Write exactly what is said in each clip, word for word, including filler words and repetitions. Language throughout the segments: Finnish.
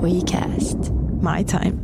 WeCast. My time.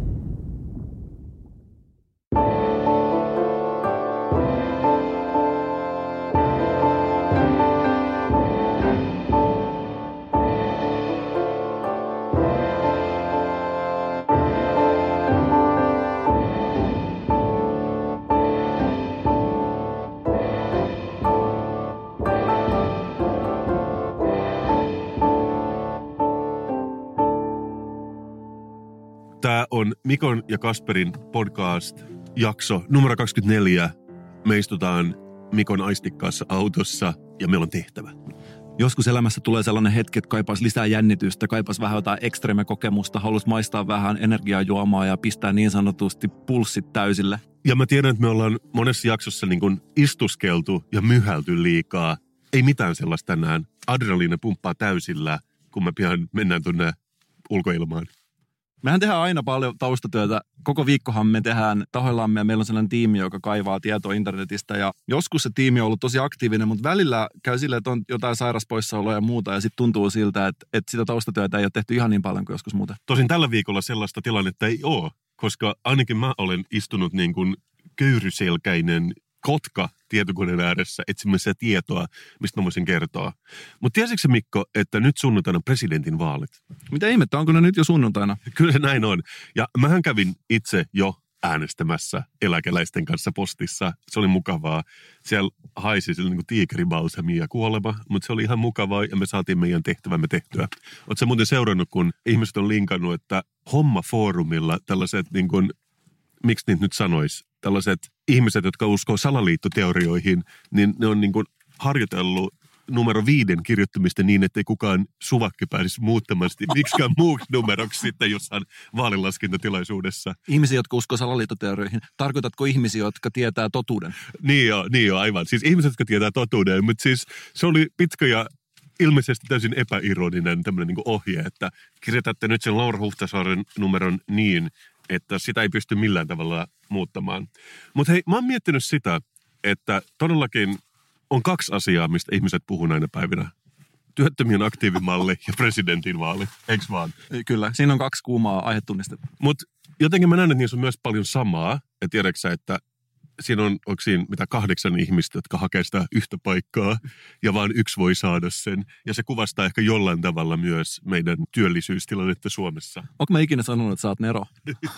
Tämä on Mikon ja Kasperin podcast-jakso numero kaksikymmentäneljä. Me istutaan Mikon aistikkaassa autossa ja meillä on tehtävä. Joskus elämässä tulee sellainen hetki, että kaipaisi lisää jännitystä, kaipaisi vähän jotain ekstreeme-kokemusta, haluaisi maistaa vähän energiajuomaa ja pistää niin sanotusti pulssit täysille. Ja mä tiedän, että me ollaan monessa jaksossa niin kuin istuskeltu ja myhälty liikaa. Ei mitään sellaista tänään. Adrenaliini pumppaa täysillä, kun me pian mennään tuonne ulkoilmaan. Mehän tehdään aina paljon taustatyötä. Koko viikkohan me tehdään tahoillamme ja meillä on sellainen tiimi, joka kaivaa tietoa internetistä. Ja joskus se tiimi on ollut tosi aktiivinen, mutta välillä käy silleen, että on jotain sairaspoissaoloja ja muuta. Ja sitten tuntuu siltä, että, että sitä taustatyötä ei ole tehty ihan niin paljon kuin joskus muuten. Tosin tällä viikolla sellaista tilannetta ei ole, koska ainakin mä olen istunut niin kuin köyryselkäinen kotka tietokoneen ääressä etsimässä tietoa, mistä mä voisin kertoa. Mutta tiesitkö se, Mikko, että nyt sunnuntaina on presidentin vaalit? Mitä ihmettä, onko ne nyt jo sunnuntaina? Kyllä se näin on. Ja mähän kävin itse jo äänestämässä eläkeläisten kanssa postissa. Se oli mukavaa. Siellä haisi sillä niin kuin tiikeribalsamia ja kuolema, mutta se oli ihan mukavaa ja me saatiin meidän tehtävämme tehtyä. Oletko sä muuten seurannut, kun ihmiset on linkannut, että Homma-foorumilla tällaiset, niin kuin, miksi niitä nyt sanoisi, tällaiset ihmiset, jotka uskoo salaliittoteorioihin, niin ne on niin kuin harjoitellut numero viiden kirjoittamista niin, ettei kukaan suvakki pääsisi muuttamaan sitä miksikään muuksi numeroksi sitten jossain vaalilaskentatilaisuudessa. Ihmisiä, jotka uskoo salaliittoteorioihin. Tarkoitatko ihmisiä, jotka tietää totuuden? Niin joo, niin joo, aivan. Siis ihmiset, jotka tietää totuuden, mutta siis se oli pitkä ja ilmeisesti täysin epäironinen tämmöinen niin kuin ohje, että kirjoitatte nyt sen Laura Huhtasaaren numeron niin, että sitä ei pysty millään tavalla muuttamaan. Mutta hei, mä oon miettinyt sitä, että todellakin on kaksi asiaa, mistä ihmiset puhuu näinä päivinä. Työttömien aktiivimalli ja presidentinvaali. Eikö vaan? Kyllä, siinä on kaksi kuumaa aihetunnistetta. Mutta jotenkin mä näen, että niissä on myös paljon samaa. Ja tiedätkö sä, että siinä on, onko siinä mitä kahdeksan ihmistä, jotka hakee sitä yhtä paikkaa ja vaan yksi voi saada sen. Ja se kuvastaa ehkä jollain tavalla myös meidän työllisyystilannetta Suomessa. Onko mä ikinä sanonut, että sä oot Nero?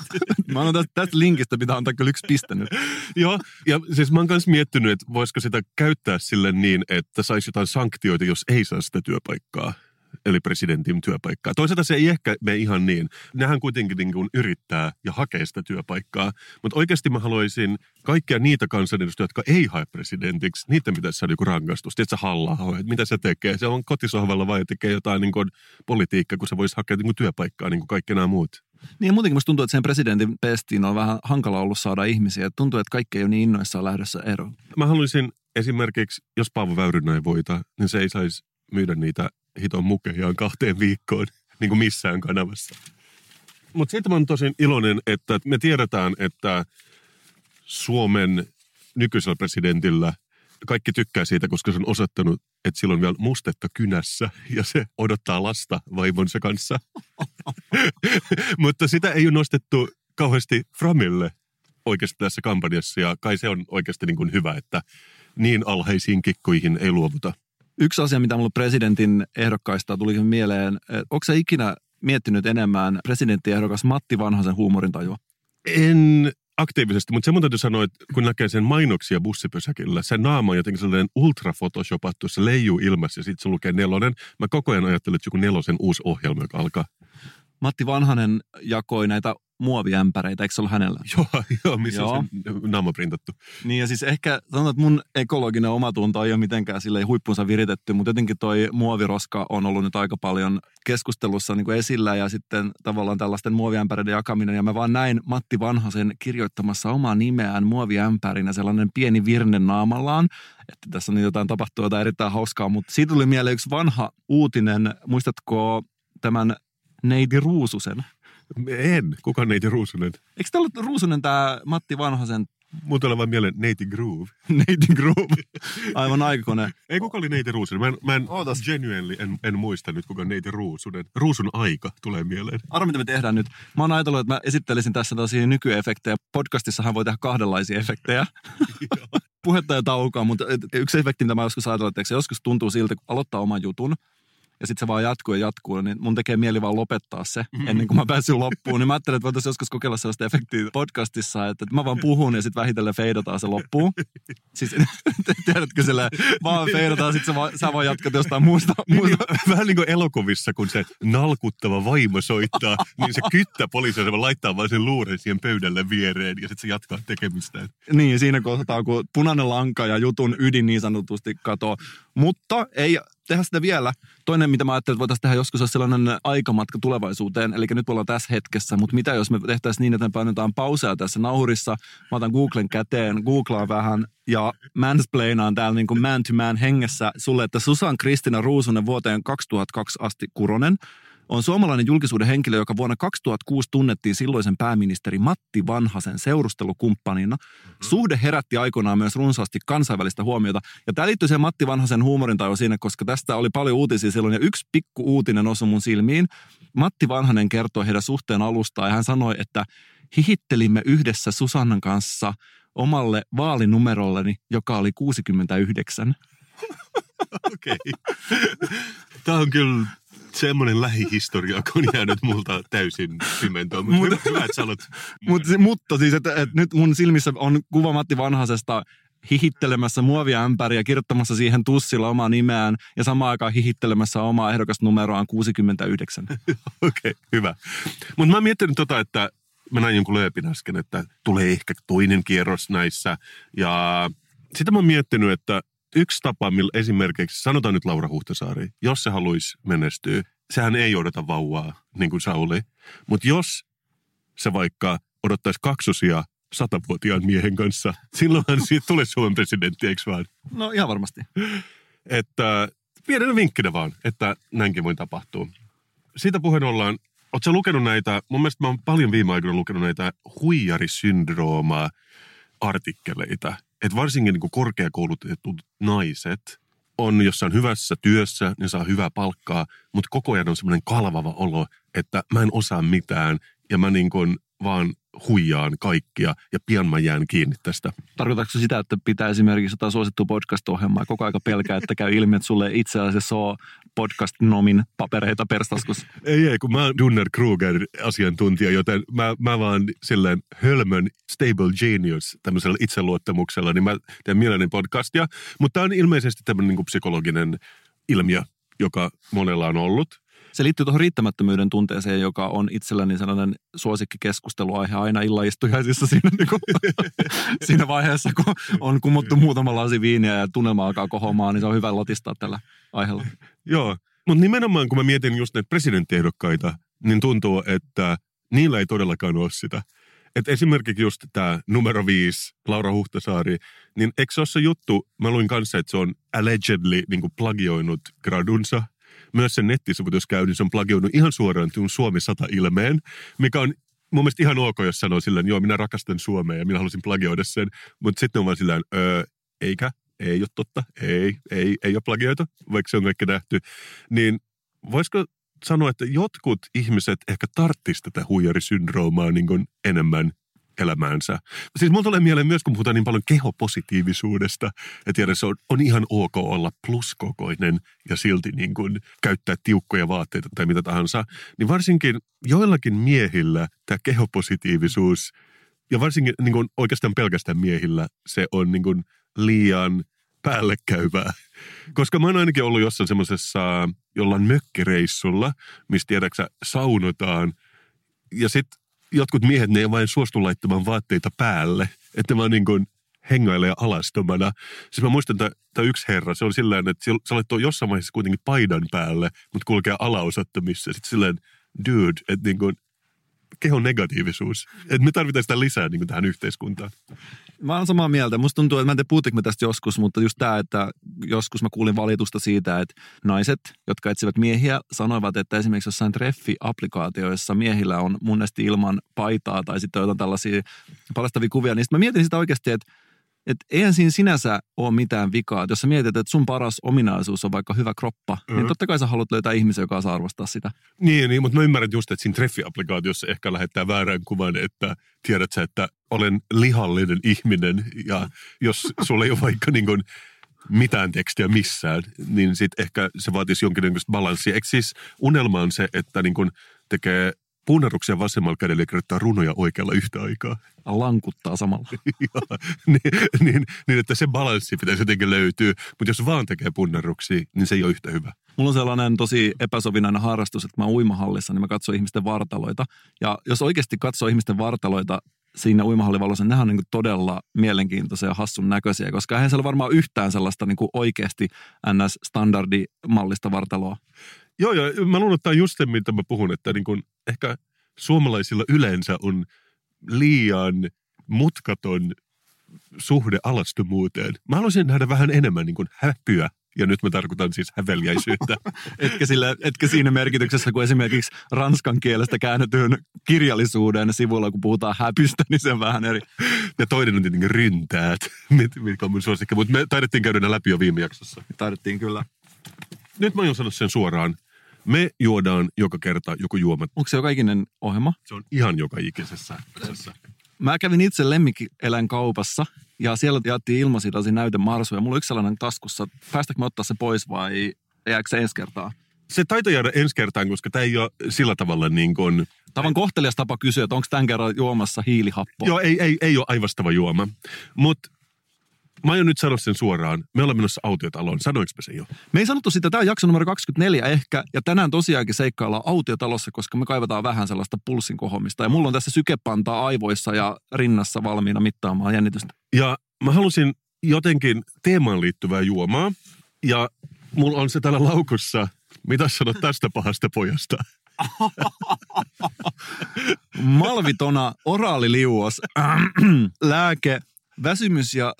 Mä annan tästä, tästä linkistä pitää antaa kyllä yksi piste nyt. Joo, ja siis mä oon myös miettinyt, että voisiko sitä käyttää sille niin, että saisi jotain sanktioita, jos ei saa sitä työpaikkaa. Eli presidentin työpaikkaa. Toisaalta se ei ehkä mene ihan niin. Nehän kuitenkin niin kuin yrittää ja hakee sitä työpaikkaa. Mutta oikeasti mä haluaisin kaikkia niitä kansanedustajia, jotka ei hae presidentiksi, niiden pitäisi saada joku rangaistus. Tiedätkö Halla-aho, että mitä se tekee? Se on kotisohvalla vai tekee jotain niin kuin politiikkaa, kun se voisi hakea niin kuin työpaikkaa niin kuin kaikki nämä muut. Niin ja muutenkin musta tuntuu, että sen presidentin pestiin on vähän hankala ollut saada ihmisiä. Tuntuu, että kaikki ei ole niin innoissaan lähdössä eroon. Mä haluaisin esimerkiksi, jos Paavo Väyrynen ei voita, niin se ei saisi myydä niitä hiton mukejaan kahteen viikkoon, niin kuin missään kanavassa. Mutta siitä mä oon tosin iloinen, että me tiedetään, että Suomen nykyisellä presidentillä kaikki tykkää siitä, koska se on osoittanut, että sillä on vielä mustetta kynässä ja se odottaa lasta vaimonsa kanssa. Mutta sitä ei ole nostettu kauheasti framille oikeasti tässä kampanjassa ja kai se on oikeasti niin kuin hyvä, että niin alhaisiin kikkoihin ei luovuta. Yksi asia, mitä mulla presidentin ehdokkaista tulikin mieleen, onko sä ikinä miettinyt enemmän presidenttiehdokas Matti Vanhasen huumorintajua? En aktiivisesti, mutta se mun täytyy sanoa, että kun näkee sen mainoksia bussipysäkillä, se naama on jotenkin sellainen ultrafotoshopattu, se leijuu ilmassa ja sitten se lukee nelonen. Mä koko ajan ajattelen, että joku nelosen uusi ohjelma, joka alkaa. Matti Vanhanen jakoi näitä muoviämpäreitä, eikö se ollut hänellä? Joo, joo missä joo. on se naama printattu. Niin ja siis ehkä sanotaan, että mun ekologinen omatunto ei ole mitenkään silleen huippunsa viritetty, mutta jotenkin toi muoviroska on ollut nyt aika paljon keskustelussa niin kuin esillä ja sitten tavallaan tällaisten muoviämpäreiden jakaminen. Ja mä vaan näin Matti Vanhasen kirjoittamassa omaa nimeään muoviämpärinä sellainen pieni virne naamallaan, että tässä on jotain tapahtuu jotain erittäin hauskaa, mutta siitä tuli mieleen yksi vanha uutinen, muistatko tämän Neiti Ruususen? En. Kuka Neiti Ruusunen? Eikö tämä ollut Ruusunen tämä Matti Vanhasen Mun tulee vaan mieleen Neiti Groove. Neiti Groove. Aivan aikakone. Ei, kuka oli Neiti Ruusunen? Mä en, mä en genuinely en, en muista nyt, kuka Neiti Ruusunen. Ruusun aika tulee mieleen. Arvo, mitä me tehdään nyt. Mä oon ajatellut, että mä esittelisin tässä tällaisia nykyefektejä. Podcastissahan voi tehdä kahdenlaisia efektejä. Puhetta ja taukoa, mutta yksi efekti, mitä mä joskus ajatellut, että joskus tuntuu siltä, kun aloittaa oman jutun, ja sitten se vaan jatkuu ja jatkuu, niin mun tekee mieli vaan lopettaa se ennen kuin mä pääsin loppuun. Niin mä ajattelin, että voitaisiin joskus kokeilla sellaista efektiä podcastissa, että mä vaan puhun ja sitten vähitellen feidataan se loppuun. Siis tiedätkö sillä, vaan feidataan, sitten sä, sä vaan jatkat jostain muusta. muusta. Vähän niin kuin elokuvissa, kun se nalkuttava vaimo soittaa, niin se kyttä poliisiasema laittaa vaan sen luuren siihen pöydälle viereen ja sitten se jatkaa tekemistään. Niin, siinä kohtaa, kun punainen lanka ja jutun ydin niin sanotusti katoo. Mutta ei tehdä sitä vielä. Toinen, mitä mä ajattelin, että voitaisiin tehdä joskus, olisi sellainen aikamatka tulevaisuuteen. Eli nyt me ollaan tässä hetkessä, mutta mitä jos me tehtäisiin niin, että me painetaan pausea tässä nauhurissa. Mä otan Googlen käteen, googlaan vähän ja mansplainaan täällä niin kuin man to man hengessä sulle, että Susan Kristina Ruusunen vuoteen kaksituhattakaksi asti Kuronen on suomalainen julkisuuden henkilö, joka vuonna kaksituhattakuusi tunnettiin silloisen pääministeri Matti Vanhasen seurustelukumppanina. Suhde herätti aikoinaan myös runsaasti kansainvälistä huomiota. Ja tämä liittyy siihen Matti Vanhasen huumorintaju siinä, koska tästä oli paljon uutisia silloin. Ja yksi pikku uutinen osui mun silmiin. Matti Vanhanen kertoi heidän suhteen alustaa ja hän sanoi, että hihittelimme yhdessä Susannan kanssa omalle vaalinumerolleni, joka oli kuusikymmentäyhdeksän. Okei. Okay. Tämä on kyllä semmoinen lähihistoria, joka on jäänyt multa täysin pimentoon. Mutta hyvä, hyvä, että sä olet... Mut, mutta siis, että, että nyt mun silmissä on kuva Matti Vanhasesta hihittelemässä muoviämpäriä, kirjoittamassa siihen tussilla omaa nimeään ja samaan aikaan hihittelemässä omaa ehdokasnumeroaan kuusikymmentäyhdeksän. Okei, okay, hyvä. Mutta mä oon miettinyt tota, että mä näin jonkun lööpin äsken, että tulee ehkä toinen kierros näissä. Ja sitä mä oon miettinyt, että yksi tapa, millä esimerkiksi, sanotaan nyt Laura Huhtasaari, jos se haluaisi menestyä, sehän ei odota vauvaa, niin kuin Sauli. Mutta jos se vaikka odottaisi kaksosia satavuotiaan miehen kanssa, silloinhan siitä tulee Suomen presidentti, eikö vaan? No ihan varmasti. Että pienenä vinkkinä vaan, että näinkin voi tapahtua. Siitä puheen ollaan, ootko sä lukenut näitä, mun mielestä mä oon paljon viime aikoina lukenut näitä huijarisyndroomaa artikkeleita. Että varsinkin niin kuin korkeakoulutetut naiset on jossain hyvässä työssä, niin saa hyvää palkkaa, mutta koko ajan on semmoinen kalvava olo, että mä en osaa mitään ja mä niin kuin vaan huijaan kaikkia ja pian mä jään kiinni tästä. Tarkoitatko sitä, että pitää esimerkiksi jotain suosittua podcast-ohjelmaa koko aika pelkää, että käy ilmi, että sulle itse asiassa on podcast-nomin papereita perstaskus? Ei, ei, kun mä oon Dunner Kruger asiantuntija, joten mä, mä vaan silleen hölmön stable genius tämmöisellä itseluottamuksella, niin mä teen mielelläni podcastia. Mutta tää on ilmeisesti tämmöinen niin kuin psykologinen ilmiö, joka monella on ollut. Se liittyy tuohon riittämättömyyden tunteeseen, joka on itselläni sellainen suosikkikeskusteluaihe aina illaistujaisissa siinä, niin kuin, siinä vaiheessa, kun on kumottu muutama lasi viiniä ja tunnelma alkaa kohomaan, niin se on hyvä latistaa tällä aiheella. Joo, mutta nimenomaan kun mä mietin just näitä presidenttiehdokkaita, niin tuntuu, että niillä ei todellakaan ole sitä. Että esimerkiksi just tämä numero viisi, Laura Huhtasaari, niin eikö se ole se juttu, mä luin kanssa, että se on allegedly niin kuin plagioinut gradunsa. Myös sen nettisivut, jos käy, niin se on plagioinut ihan suoraan tuon Suomi sata ilmeen, mikä on mun mielestä ihan ok, jos sanoo silleen, joo, minä rakastan Suomea ja minä halusin plagioida sen. Mutta sitten on vaan silleen, öö, eikä, ei ole totta, ei, ei, ei ole plagioitu, vaikka se on kaikki nähty. Niin voisiko sanoa, että jotkut ihmiset ehkä tarttis tätä huijarisyndroomaa niin kuin enemmän elämäänsä. Siis mulla tulee mieleen myös, kun puhutaan niin paljon kehopositiivisuudesta, että tiedä, se on, on ihan ok olla pluskokoinen ja silti niin kuin käyttää tiukkoja vaatteita tai mitä tahansa. Niin varsinkin joillakin miehillä tämä kehopositiivisuus, ja varsinkin niin kuin oikeastaan pelkästään miehillä, se on niin kuin liian päällekäyvää. Koska mä oon ainakin ollut jossain semmoisessa jollain mökkireissulla, missä tiedäksä saunotaan, ja sitten jotkut miehet, ne ei vain suostu laittamaan vaatteita päälle, että mä niin kuin hengailee alastomana. Siis mä muistan, että tämä yksi herra, se oli silleen, että se laittoi jossain vaiheessa kuitenkin paidan päälle, mutta kulkee alaosattomissa. Sitten silleen, dude, että niin kuin kehon negatiivisuus. Että me tarvitaan sitä lisää niin kuin tähän yhteiskuntaan. Mä oon samaa mieltä. Musta tuntuu, että mä en tiedä puhuttiinko me tästä joskus, mutta just tää, että joskus mä kuulin valitusta siitä, että naiset, jotka etsivät miehiä, sanoivat, että esimerkiksi jossain treffi-applikaatioissa miehillä on monesti ilman paitaa tai sitten jotain tällaisia paljastavia kuvia. Niin mä mietin sitä oikeasti, että että eihän siinä sinänsä ole mitään vikaa. Jos sä mietit, että sun paras ominaisuus on vaikka hyvä kroppa, mm. niin totta kai sä haluat löytää ihmisen, joka osaa arvostaa sitä. Niin, niin, mutta mä ymmärrän just, että siinä treffi-applikaatiossa ehkä lähettää väärän kuvan, että tiedät sä, että olen lihallinen ihminen ja jos sulla ei ole vaikka niin kuin mitään tekstiä missään, niin sitten ehkä se vaatisi jonkinlaista balanssia. Eikö siis unelma on se, että niin kuin tekee puunarruksia vasemmalla kädellä ja kirjoittaa runoja oikealla yhtä aikaa. Lankuttaa samalla. Joo, niin, niin, niin, että se balanssi pitäisi jotenkin löytyä, mutta jos vaan tekee punnarruksia, niin se ei ole yhtä hyvä. Mulla on sellainen tosi epäsovinainen harrastus, että mä oon uimahallissa, niin mä katson ihmisten vartaloita. Ja jos oikeasti katsoo ihmisten vartaloita siinä uimahallivalossa, niin nehän on niin kuin todella mielenkiintoisia ja hassun näköisiä, koska eihän siellä varmaan yhtään sellaista niin kuin oikeasti N S-standardimallista vartaloa. Joo, joo. Mä luulen, että tämä on just se, mitä mä puhun, että niin kuin ehkä suomalaisilla yleensä on liian mutkaton suhde alastomuuteen. Mä haluaisin nähdä vähän enemmän niin kuin häpyä, ja nyt mä tarkoitan siis häveliäisyyttä. etkä, sille, etkä siinä merkityksessä, kun esimerkiksi ranskan kielestä käännetyn kirjallisuuden sivuilla, kun puhutaan häpystä, niin se on vähän eri. Ja toinen on tietenkin ryntäät, mitkä on mun suosikki, mutta me taidettiin käydä ne läpi jo viime jaksossa. Taidettiin kyllä. Nyt mä aion sanoa sen suoraan. Me juodaan joka kerta joku juoma. Onko se joka ikinen ohjelma? Se on ihan joka ikisessä. Mä kävin itse lemmikkieläinkaupassa ja siellä jaettiin ilmaisia tällaisia näytemarsuja. Mulla on yksi sellainen taskussa. Päästäkö me ottaa se pois vai jääkö se ensi kertaa? Se taitaa jäädä ensi kertaan, koska tämä ei ole sillä tavalla niin kuin... Tavan kohtelias tapa kysyä, että onko tämän kerran juomassa hiilihappoa? Joo, ei, ei, ei ole aivastava juoma. Mutta mä aion nyt sanoa sen suoraan. Me ollaan menossa autiotaloon. Sanoinko me sen jo? Me ei sanottu sitä. Tämä on jakso numero kaksikymmentäneljä ehkä. Ja tänään tosiaankin seikkaillaan autiotalossa, koska me kaivataan vähän sellaista pulssin kohomista. Ja mulla on tässä sykepantaa aivoissa ja rinnassa valmiina mittaamaan jännitystä. Ja mä halusin jotenkin teemaan liittyvää juomaa. Ja mulla on se täällä laukussa. Mitä sanot tästä pahasta pojasta? Malvitona oraaliliuos. Lääke. Väsymys- ja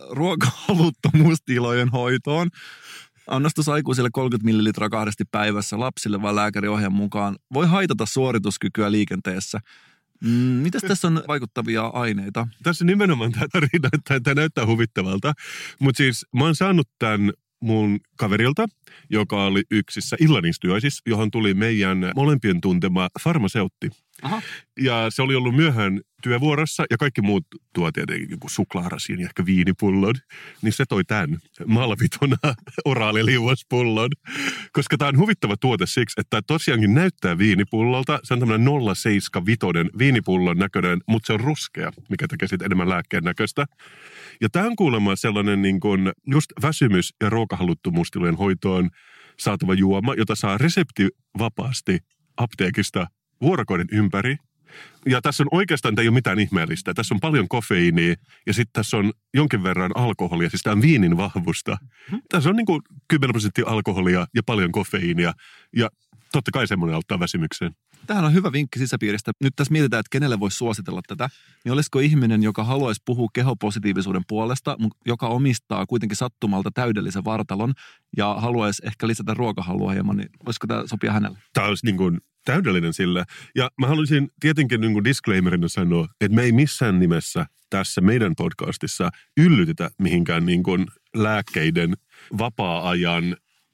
ruokahaluttomuustilojen hoitoon. Annostus aikuisille kolmekymmentä millilitraa kahdesti päivässä, lapsille vai lääkäriohjeen mukaan. Voi haitata suorituskykyä liikenteessä. Mm, mitäs tässä on vaikuttavia aineita? Tässä nimenomaan tämä tarina, että tämä näyttää huvittavalta. Mutta siis mä oon saanut tämän mun kaverilta, joka oli yksissä illanistujaisissa, johon tuli meidän molempien tuntema farmaseutti. Aha. Ja se oli ollut myöhään työvuorossa ja kaikki muut tuo tietenkin joku suklaarasiin ja ehkä viinipullon. Niin se toi tämän malvitona oraaliliuospullon. Koska tämä on huvittava tuote siksi, että tämä tosiaankin näyttää viinipullolta. Se on tämmöinen nolla pilkku seitsemän viinipullon näköinen, mutta se on ruskea, mikä tekee sitten enemmän lääkkeen näköistä. Ja tämä on kuulemma sellainen niin kuin just väsymys- ja ruokahaluttomuustilojen hoitoon saatava juoma, jota saa reseptivapaasti apteekista vuorokauden ympäri. Ja tässä on oikeastaan, tämä ei ole mitään ihmeellistä. Tässä on paljon kofeiinia ja sitten tässä on jonkin verran alkoholia, siis tämä on viinin vahvusta. Tässä on niin kuin kymmenen prosenttia alkoholia ja paljon kofeiinia ja totta kai semmoinen auttaa väsymykseen. Tämähän on hyvä vinkki sisäpiiristä. Nyt tässä mietitään, että kenelle voisi suositella tätä. Niin olisiko ihminen, joka haluaisi puhua kehopositiivisuuden puolesta, joka omistaa kuitenkin sattumalta täydellisen vartalon ja haluaisi ehkä lisätä ruokahalua hieman, niin voisiko tämä sopia hänelle? Tämä olisi niin kuin täydellinen sille. Ja mä haluaisin tietenkin niin kuin disclaimerina sanoa, että me ei missään nimessä tässä meidän podcastissa yllytetä mihinkään niin kuin lääkkeiden vapaa-ajan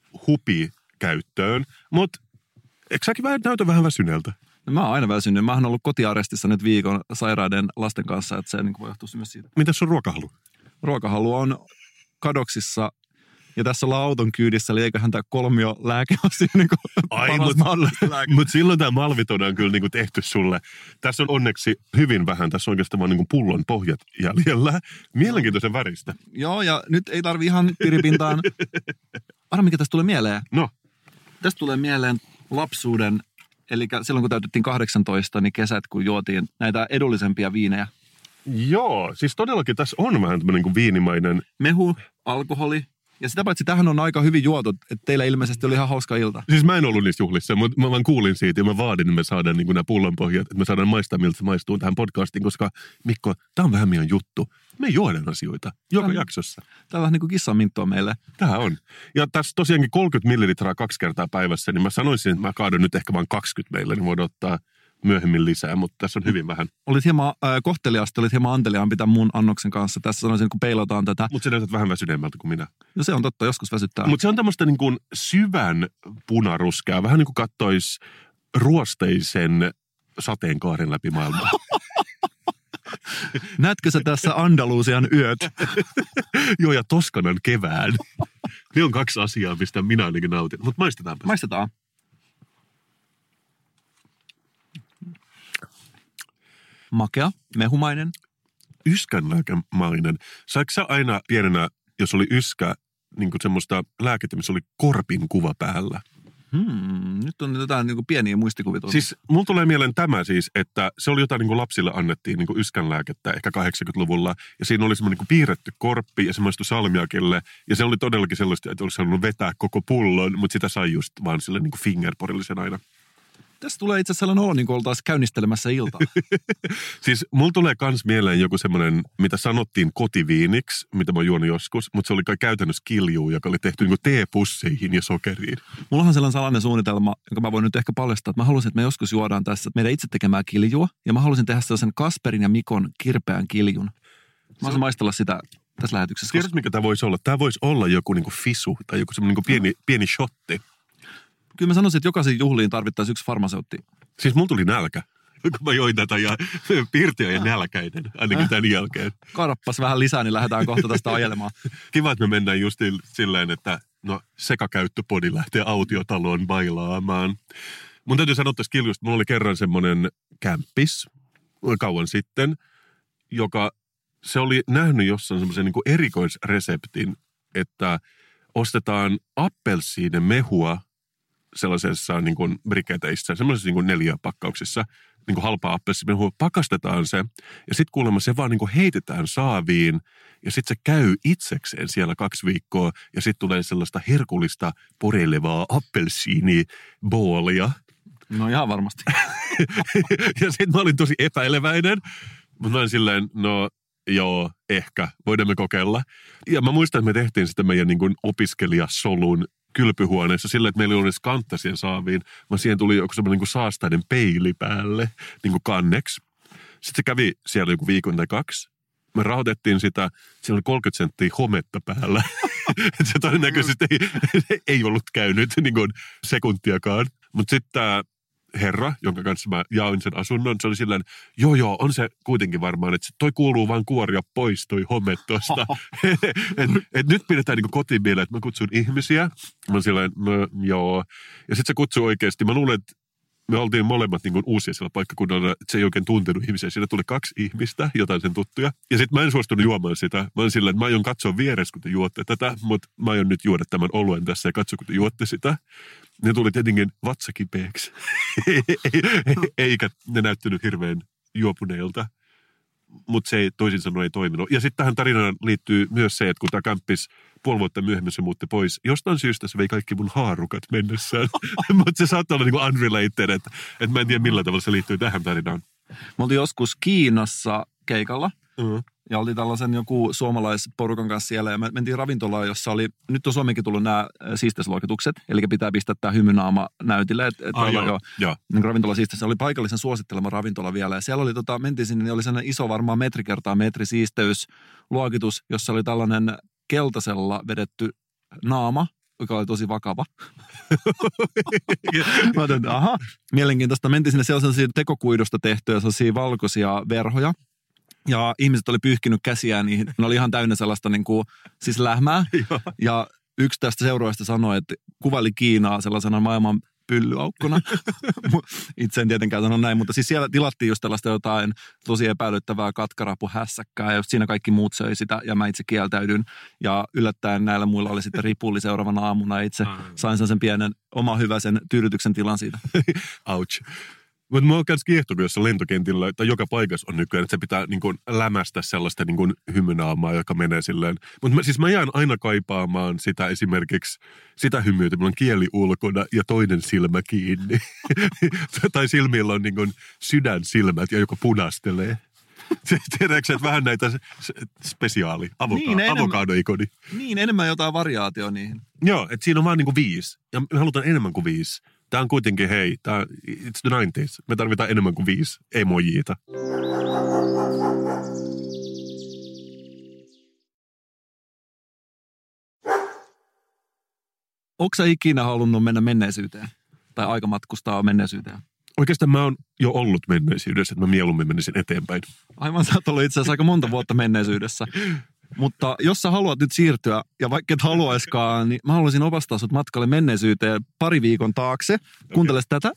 hupikäyttöön, mutta eikö säkin vähän näytä vähän väsyneeltä? No mä oon aina väsynyt. Mä oon ollut kotiarestissa nyt viikon sairaiden lasten kanssa, että se niin voi johtua myös siitä. Mitäs on ruokahalu? Ruokahalu on kadoksissa ja tässä ollaan auton kyydissä, eli eiköhän tämä kolmio lääke ole siinä niin Ai, mutta mut silloin tämä malvitona on kyllä niin kuin tehty sulle. Tässä on onneksi hyvin vähän. Tässä on oikeastaan vaan niin kuin pullon pohjat jäljellä. Mielenkiintoisen väristä. Joo, ja nyt ei tarvi ihan piripintaan. Arra, mikä tästä tulee mieleen? No. Tästä tulee mieleen lapsuuden, eli silloin kun täytettiin kahdeksantoista, niin kesät, kun juotiin näitä edullisempia viinejä. Joo, siis todellakin tässä on vähän tämmöinen kuin viinimainen. Mehu, alkoholi, Ja sitä paitsi tähän on aika hyvin juotu, että teillä ilmeisesti oli ihan hauska ilta. Siis mä en ollut niissä juhlissa, mutta mä vaan kuulin siitä ja mä vaadin, että me saadaan niin nämä pullonpohjat, että me saadaan maistaa, miltä se maistuu tähän podcastiin, koska Mikko, tää on vähän meidän juttu. Me juodaan asioita joka Tän, jaksossa. Tää on vähän niin kuin kissan minttua meille. Tää on. Ja tässä tosiaankin kolmekymmentä millilitraa kaksi kertaa päivässä, niin mä sanoisin, että mä kaadon nyt ehkä vain kaksikymmentä meille, niin voidaan ottaa myöhemmin lisää, mutta tässä on hyvin vähän. Olit hieman äh, kohteliaasti, olit hieman anteliaampi tämän mun annoksen kanssa. Tässä sanoisin, kun peilataan tätä. Mutta sä näytät vähän väsyneemmältä kuin minä. No se on totta, joskus väsyttää. Mutta se on tämmöistä niin kuin syvän punaruskea, vähän niin kuin kattois ruosteisen sateenkaaren läpi maailmaa. Näetkö sä tässä Andalusian yöt? Joo, ja Toskanan kevään. Ne on kaksi asiaa, mistä minä ainakin nautin. Mutta maistetaanpa. Maistetaan. Makea, mehumainen. Yskänlääkemainen. Saiko sä aina pienenä, jos oli yskä, niin kuin semmoista lääkettä, missä oli korpin kuva päällä? Hmm, nyt on jotain niin kuin pieniä muistikuvia. Siis mulla tulee mieleen tämä siis, että se oli jotain niin kuin lapsille annettiin niin kuin yskänlääkettä ehkä kahdeksankymmentäluvulla. Ja siinä oli semmoinen niin kuin piirretty korppi ja se maistui salmiakille. Ja se oli todellakin sellaista, että olisi halunnut vetää koko pullon, mutta sitä sai just vaan sille niin kuin fingerporillisen aina. Tässä tulee itse asiassa sellainen olo, niin kuin oltaisiin käynnistelemässä iltaa. Siis mulla tulee kans mieleen joku semmoinen, mitä sanottiin kotiviiniksi, mitä mä oon juonut joskus, mutta se oli kai käytännössä kilju, joka oli tehty niin teepusseihin ja sokeriin. Mulla on sellainen salainen suunnitelma, jonka mä voin nyt ehkä paljastaa, että mä haluaisin, että me joskus juodaan tässä meidän itse tekemää kiljua, ja mä haluaisin tehdä sellaisen Kasperin ja Mikon kirpeän kiljun. Mä haluaisin maistella sitä tässä lähetyksessä. Tiedätkö, mikä tämä voisi olla? Tämä voisi olla joku niinku fisu tai joku semmoinen niinku pieni, pieni shotti. Kyllä mä sanoisin, että jokaisen juhliin tarvittaisiin yksi farmaseutti. Siis mulla tuli nälkä, kun mä join tätä ja Pirti on nälkäinen, ainakin tämän jälkeen. Karappas vähän lisää, niin lähdetään kohta tästä ajelemaan. Kiva, että me mennään just silleen, että no sekakäyttöpodi lähtee autiotaloon bailaamaan. Mun täytyy sanoa tästä kiljusta, mulla oli kerran semmoinen kämppis kauan sitten, joka se oli nähnyt jossain semmoisen niin kuin erikoisreseptin, että ostetaan appelsiinen mehua sellaisessa niin kuin briketeissä, semmoisessa niin kuin neliöpakkauksissa, niin kuin halpaa appelsiinimehua, pakastetaan se, ja sitten kuulemma se vaan niin kuin heitetään saaviin, ja sitten se käy itsekseen siellä kaksi viikkoa, ja sitten tulee sellaista herkullista poreilevaa appelsiiniboolia. No ihan varmasti. Ja sitten mä olin tosi epäileväinen, mutta mä olin silleen, no joo, ehkä, voidaan me kokeilla. Ja mä muistan, että me tehtiin sitä meidän niin kuin opiskelijasolun kylpyhuoneessa sillä, että meillä oli edes kantta siihen saaviin, vaan siihen tuli joku semmoinen niin kuin saastainen peili päälle, niin kuin kanneksi. Sitten se kävi siellä joku viikon tai kaksi. Me rahoitettiin sitä, siellä oli kolmekymmentä senttiä hometta päällä. Se todennäköisesti ei, ei ollut käynyt niin kuin sekuntiakaan. Mutta sitten tämä herra, jonka kanssa mä jaoin sen asunnon, se oli silleen, joo joo, on se kuitenkin varmaan, että toi kuuluu vaan kuoria pois toi home tosta. et, et nyt pidetään niinku kotiin mieleen, että mä kutsun ihmisiä. Mä oon silleen, no joo. Ja sit se kutsui oikeasti, mä luulen, että me oltiin molemmat niin kuin uusia siellä paikkakunnalla, että se ei oikein tuntenut ihmisiä. Siinä tuli kaksi ihmistä, jotain sen tuttuja. Ja sitten mä en suostunut juomaan sitä. Mä oon sillä, että mä aion katsoa vieressä, kun te juotte tätä, mutta mä aion nyt juoda tämän oluen tässä ja katso, kun te juotte sitä. Ne tuli tietenkin vatsakipeäksi. Eikä ne näyttänyt hirveän juopuneilta. Mutta se ei, toisin sanoen ei toiminut. Ja sitten tähän tarinaan liittyy myös se, että kun tämä kämppis puoli vuotta myöhemmin se muutti pois, jostain syystä se vei kaikki mun haarukat mennessään. Mutta se saattaa olla niinku unrelated, että et mä en tiedä millä tavalla se liittyy tähän tarinaan. Me oltiin joskus Kiinassa keikalla. Mm. Ja oli tällaisen joku suomalaisporukan kanssa siellä ja me mentiin ravintolaan, jossa oli, nyt on Suomenkin tullut nämä siisteysluokitukset, eli pitää pistää tämä hymynaama näytille, että et ah, joo, jo, jo. Niin ravintola siisteys. Se oli paikallisen suosittelema ravintola vielä ja siellä oli, tota, mentiin sinne, niin oli sellainen iso varmaan metri kertaa metri siisteysluokitus, jossa oli tällainen keltaisella vedetty naama, joka oli tosi vakava. Mä ajattelin, että aha, mielenkiintoista. Mentiin sinne, siellä sellaisia tekokuidusta tehtyjä, sellaisia valkoisia verhoja. Ja ihmiset oli pyyhkinyt käsiään, niin ne oli ihan täynnä sellaista niin kuin, siis lähmää. Ja yksi tästä seuraajista sanoi, että kuvaili Kiinaa sellaisena maailman pyllyaukkona. Itse en tietenkään sano näin, mutta siis siellä tilattiin just tällaista jotain tosi epäilyttävää katkarapuhässäkkää ja just siinä kaikki muut söi sitä ja mä itse kieltäydyn. Ja yllättäen näillä muilla oli sitten ripulli seuraavana aamuna ja itse sain sen pienen oma hyväisen tyydytyksen tilan siitä. Ouch. Mutta mä oon käynyt kiehtoviossa lentokentillä, tai joka paikassa on nykyään, että se pitää niin kuin lämästä sellaista niin kuin hymynaamaa, joka menee silleen. Mutta siis mä jään aina kaipaamaan sitä esimerkiksi, sitä hymyä, että mulla on kieli ulkona ja toinen silmä kiinni. Tai silmillä on niin kuin sydänsilmät ja joka punastelee. Tiedätkö, että vähän näitä spesiaali, avoka- niin, avokadoikoni. Niin, enemmän jotain variaatio niihin. Joo, että siinä on vaan niin kuin viisi. Ja me halutaan enemmän kuin viisi. Tämä on kuitenkin, hei, tämä it's the nineties. Me tarvitaan enemmän kuin viisi emojiita. Onko sä ikinä halunnut mennä menneisyyteen? Tai aikamatkustaa menneisyyteen? Oikeastaan mä oon jo ollut menneisyydessä, että mä mieluummin menisin eteenpäin. Aivan, sä oot ollut itse asiassa aika monta vuotta menneisyydessä. Mutta jos sä haluat nyt siirtyä, ja vaikka et haluaiskaan, niin mä haluaisin opastaa sut matkalle menneisyyteen pari viikon taakse. Kuunteles okay. tätä.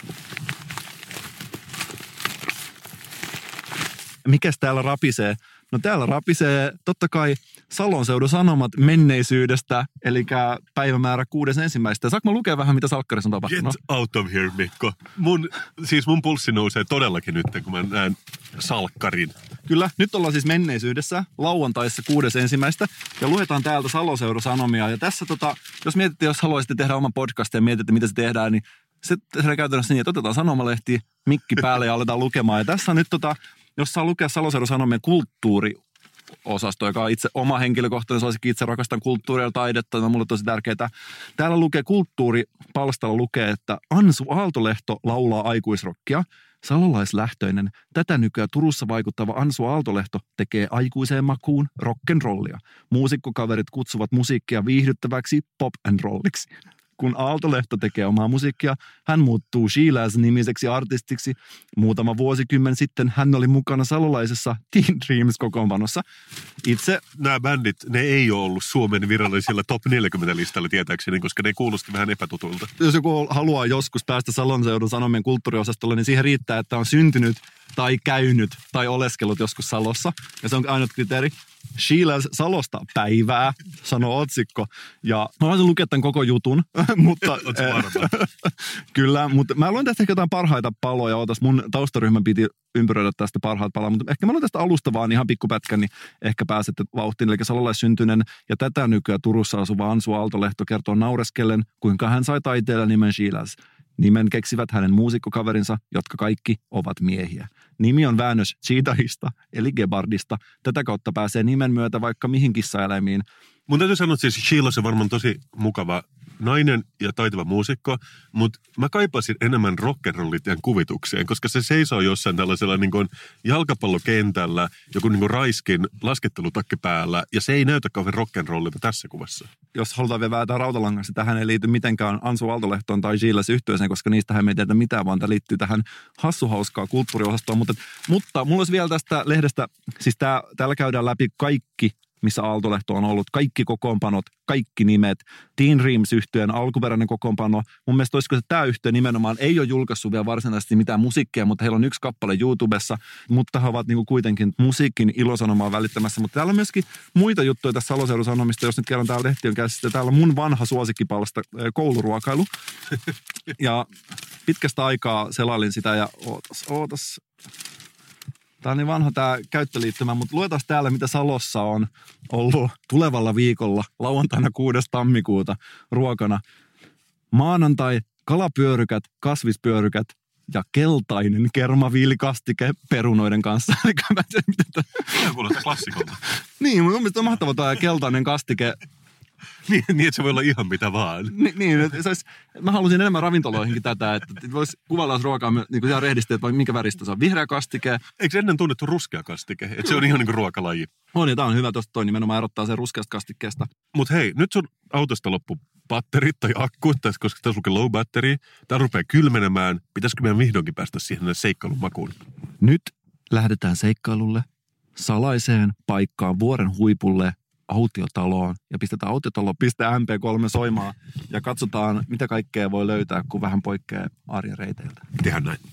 Mikäs täällä rapisee? No täällä rapisee totta kai Salon seudun sanomat menneisyydestä, eli päivämäärä kuudes ensimmäistä. Saanko mä lukea vähän, mitä salkkarissa on tapahtunut? Get out of here, Mikko. Mun, siis mun pulssi nousee todellakin nyt, kun mä näen salkkarin. Kyllä, nyt ollaan siis menneisyydessä, lauantaissa kuudes ensimmäistä, ja luetaan täältä Salon seudun sanomia. Ja tässä, tota, jos mietitte, jos haluaisitte tehdä oman podcastin ja mietitte, mitä se tehdään, niin se tehdään käytännössä niin, että otetaan sanomalehti, mikki päälle ja aletaan lukemaan. Ja tässä on nyt, tota, jos saa lukea Salon seudun sanomien kulttuuriosasto, joka on itse oma henkilökohtainen, se olisikin itse rakastan kulttuuria ja taidetta, on mulle tosi tärkeää. Täällä lukee kulttuuripalstalla lukee, että Ansu Aaltolehto laulaa aikuisrockia. Salolaislähtöinen, tätä nykyään Turussa vaikuttava Ansu Aaltolehto tekee aikuiseen makuun rock'n'rollia. Muusikkokaverit kutsuvat musiikkia viihdyttäväksi pop and rolliksi. Kun Aaltolehto tekee omaa musiikkia, hän muuttuu She-Laz-nimiseksi artistiksi. Muutama vuosikymmen sitten hän oli mukana salolaisessa Teen Dreams-kokoonpanossa. Itse... Nämä bändit, ne ei ole ollut Suomen virallisilla top neljäkymmentä-listalla tietääkseni, koska ne kuulosti vähän epätutulta. Jos joku haluaa joskus päästä Salon seudun sanomien kulttuuriosastolle, niin siihen riittää, että on syntynyt tai käynyt tai oleskellut joskus Salossa. Ja se on ainut kriteeri. She-Laz Salosta päivää, sanoo otsikko. Ja mä voisin lukea tämän koko jutun, mutta... Kyllä, mutta mä luen tästä ehkä jotain parhaita paloja. Ootas, mun taustaryhmän piti ympyröidä tästä parhaat palaa, mutta ehkä mä luen tästä alusta vaan ihan pikkupätkän, niin ehkä pääsette vauhtiin. Eli salolaissyntyinen ja tätä nykyään Turussa asuva Ansu Aaltolehto kertoo naureskellen, kuinka hän sai taiteella nimen She-Laz. Nimen keksivät hänen muusikkokaverinsa, jotka kaikki ovat miehiä. Nimi on väännös cheetahista, eli gebardista. Tätä kautta pääsee nimen myötä vaikka mihin kissaeläimiin. Mun täytyy sanoa, että siis She-Laz on varmaan tosi mukava nainen ja taitava muusikko, mutta mä kaipasin enemmän rock'n'rollitian kuvitukseen, koska se seisoo jossain tällaisella niin kuin jalkapallokentällä, joku niin kuin raiskin laskettelutakki päällä, ja se ei näytä kauhean rock'n'rollilta tässä kuvassa. Jos halutaan vielä vääntää rautalangasta, tähän ei liity mitenkään Ansu Aaltolehtoon tai She-Laz-yhtyeeseen, koska niistähän me ei tiedä mitään, vaan tämä liittyy tähän hassuhauskaa kulttuuriosastoon. Mutta, mutta mulla olisi vielä tästä lehdestä, siis tää, täällä käydään läpi kaikki, missä Aaltolehto on ollut, kaikki kokoonpanot, kaikki nimet, Teen Dreams-yhtyeen alkuperäinen kokoonpano. Mun mielestä olisiko se tämä yhtye nimenomaan ei ole julkaissut vielä varsinaisesti mitään musiikkia, mutta heillä on yksi kappale YouTubessa, mutta he ovat niinku kuitenkin musiikin ilosanomaa välittämässä. Mutta täällä on myöskin muita juttuja tässä Salon seudun sanomista, jos nyt kerran täällä lehti on käsissä. Täällä on mun vanha suosikkipalsta kouluruokailu. Ja pitkästä aikaa selailin sitä ja ootas, ootas. Tämä on niin vanha tämä käyttöliittymä, mutta luetaan täällä, mitä Salossa on ollut tulevalla viikolla, lauantaina kuudes tammikuuta ruokana. Maanantai, kalapyörykät, kasvispyörykät ja keltainen kermaviilikastike perunoiden kanssa. Tämä kuulostaa klassikolta. Niin, mun mielestä on mahtava tämä keltainen kastike. Niin, niin, että se voi olla ihan mitä vaan. Ni, niin, että sais, mä halusin enemmän ravintoloihinkin tätä, että voisi kuvailla ruokaa niin kuin ihan rehdisti, että minkä väristä se on. Vihreä kastike. Eikö ennen tunnettu ruskea kastike? Että se on ihan niin kuin ruokalaji. On, ja tämä on hyvä, tuosta toi nimenomaan erottaa sen ruskeasta kastikkeesta. Mutta hei, nyt sun autosta loppu batterit tai akku, koska tässä lukee low battery. Tämä rupeaa kylmenemään. Pitäisikö meidän vihdoinkin päästä siihen seikkailun makuun? Nyt lähdetään seikkailulle salaiseen paikkaan vuoren huipulle, autiotaloon ja pistetään autiotalo piste M P kolme soimaan ja katsotaan, mitä kaikkea voi löytää, kun vähän poikkeaa arjen reiteiltä. Tehdään näin.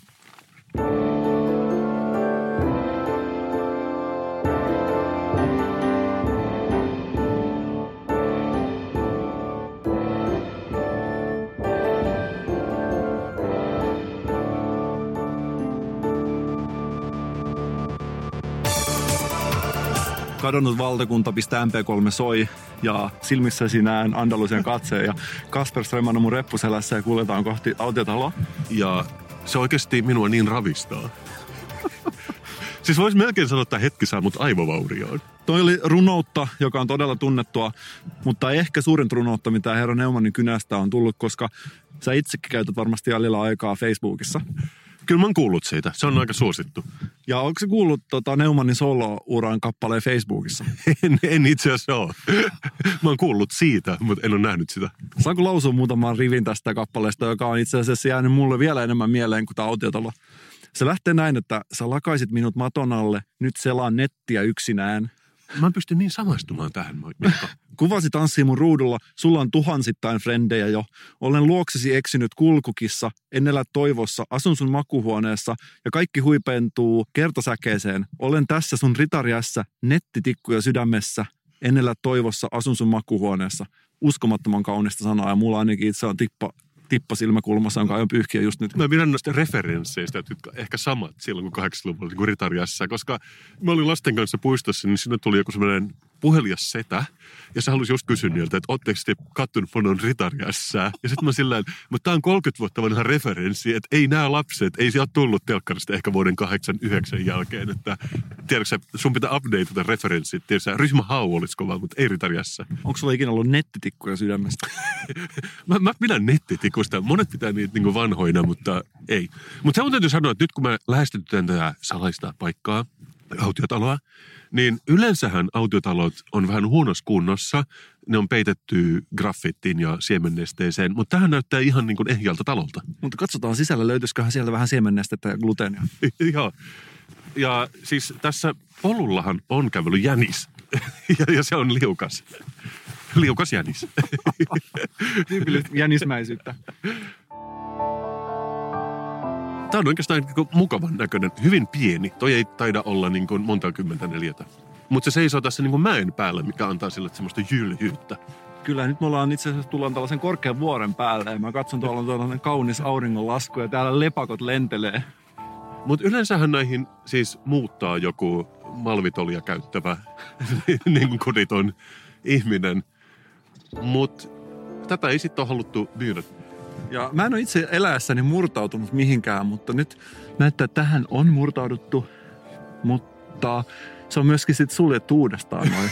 Kadonnut valtakunta piste M P kolme soi ja silmissäsi näen Andalusian katseen ja Kasper Strömman on mun reppuselässä ja kuljetaan kohti autiotaloa. Ja se oikeasti minua niin ravistaa. Siis vois melkein sanoa, että hetki saa mut aivovaurioon. Toi oli runoutta, joka on todella tunnettua, mutta ehkä suurin runoutta, mitä herra Neumannin kynästä on tullut, koska sä itsekin käytät varmasti jäljellä aikaa Facebookissa. Kyllä mä oon kuullut siitä. Se on aika suosittu. Ja onko se kuullut tota, Neumannin solo-uran kappaleen Facebookissa? En, en itse asiassa ole. Mä oon kuullut siitä, mutta en ole nähnyt sitä. Saanko lausua muutaman rivin tästä kappaleesta, joka on itse asiassa jäänyt mulle vielä enemmän mieleen kuin tämä autiotalo. Se lähtee näin, että sä lakaisit minut maton alle, nyt selaan nettiä yksinään. Mä pystyn niin samaistumaan tähän, Mikko. Kuvasi tanssii mun ruudulla, sulla on tuhansittain frendejä jo. Olen luoksesi eksynyt kulkukissa, en elä toivossa, asun sun makuhuoneessa ja kaikki huipentuu kertosäkeeseen. Olen tässä sun ritariässä, nettitikkuja sydämessä, en elä toivossa, asun sun makuhuoneessa. Uskomattoman kaunista sanaa ja mulla ainakin itse on tippa, tippa silmäkulmassa, jonka aion pyyhkiä just nyt. Mä pidän noista referensseistä, jotka ehkä samat silloin kuin kahdeksankymmentäluvulla niin kuin ritariassa, koska mä olin lasten kanssa puistossa, niin sinne tuli joku semmoinen puhelias setä, ja se halusi just kysyä niiltä, että ootteko te kattonut monon ritariässää? Ja sitten mä sillä mutta tää on kolmekymmentä vuotta vanha referenssi, että ei nämä lapset, ei se ole tullut telkkarista ehkä vuoden kahdeksankymmentäyhdeksän jälkeen, että tiedätkö sun pitää updateata referenssit, tiedätkö Ryhmä Hau olisi kova, mutta ei ritariässä. Onko sulla ikinä ollut nettitikkuja sydämestä? mä, mä pidän nettitikusta, monet pitää niitä niin kuin vanhoina, mutta ei. Mutta se on täytyy sanoa, että nyt kun me lähestytään tätä salaista paikkaa, autiotaloa, niin yleensähän autiotalot on vähän huonossa kunnossa. Ne on peitetty graffittiin ja siemennesteeseen, mutta tähän näyttää ihan niin kuin ehjältä talolta. Mutta katsotaan sisällä, löytyisiköhän sieltä vähän siemennestettä ja gluteenia. Joo. Ja siis tässä polullahan on kävellyt jänis. ja, ja se on liukas. Liukas jänis. Tyypillistä jänismäisyyttä. Tämä on oikeastaan niin mukavan näköinen, hyvin pieni. Toi ei taida olla niin kuin monta kymmentä neliötä. Mutta se seisoo tässä niin kuin mäen päällä, mikä antaa sille semmoista jyljyyttä. Kyllä, nyt me ollaan itse asiassa tullaan tällaisen korkean vuoren päälle. Ja mä katson, tuolla on tällainen kaunis auringonlasku ja täällä lepakot lentelee. Mutta yleensähän näihin siis muuttaa joku malvitolia käyttävä niin kuin koditon ihminen. Mutta tätä ei sitten ole haluttu myydä. Ja mä en ole itse eläessäni murtautunut mihinkään, mutta nyt näyttää, että tähän on murtauduttu, mutta se on myöskin sitten suljettu uudestaan noin.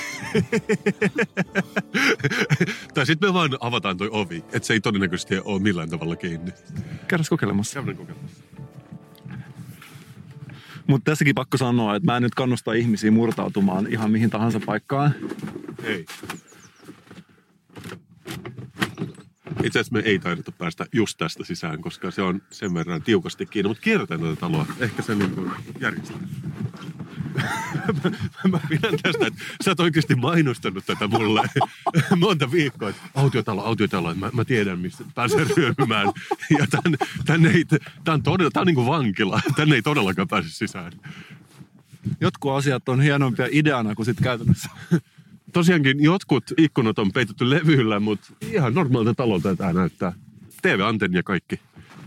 Tai sitten me vaan avataan toi ovi, että se ei todennäköisesti ole millään tavalla kiinni. Käydään kokeilemassa. Käydään kokeilemassa. Mutta tässäkin pakko sanoa, että mä en nyt kannusta ihmisiä murtautumaan ihan mihin tahansa paikkaan. Ei. Itse asiassa me ei taidettu päästä just tästä sisään, koska se on sen verran tiukasti kiinni. Mutta kierretään tätä taloa. Ehkä se niin kuin järjestää. Mä pidän tästä, että sä oot oikeasti mainostanut tätä mulle monta viikkoa. Että autiotalo, autiotalo. Mä, mä tiedän, mistä pääsee ryömymään. Ja tän, tän ei, tää on, todella, tää on niin kuin vankila. Tänne ei todellakaan pääse sisään. Jotkut asiat on hienompia ideana kuin sitten käytännössä. Tosiaankin jotkut ikkunat on peitetty levyllä, mutta ihan normaalta talolta tämä näyttää. T V-antenni ja kaikki.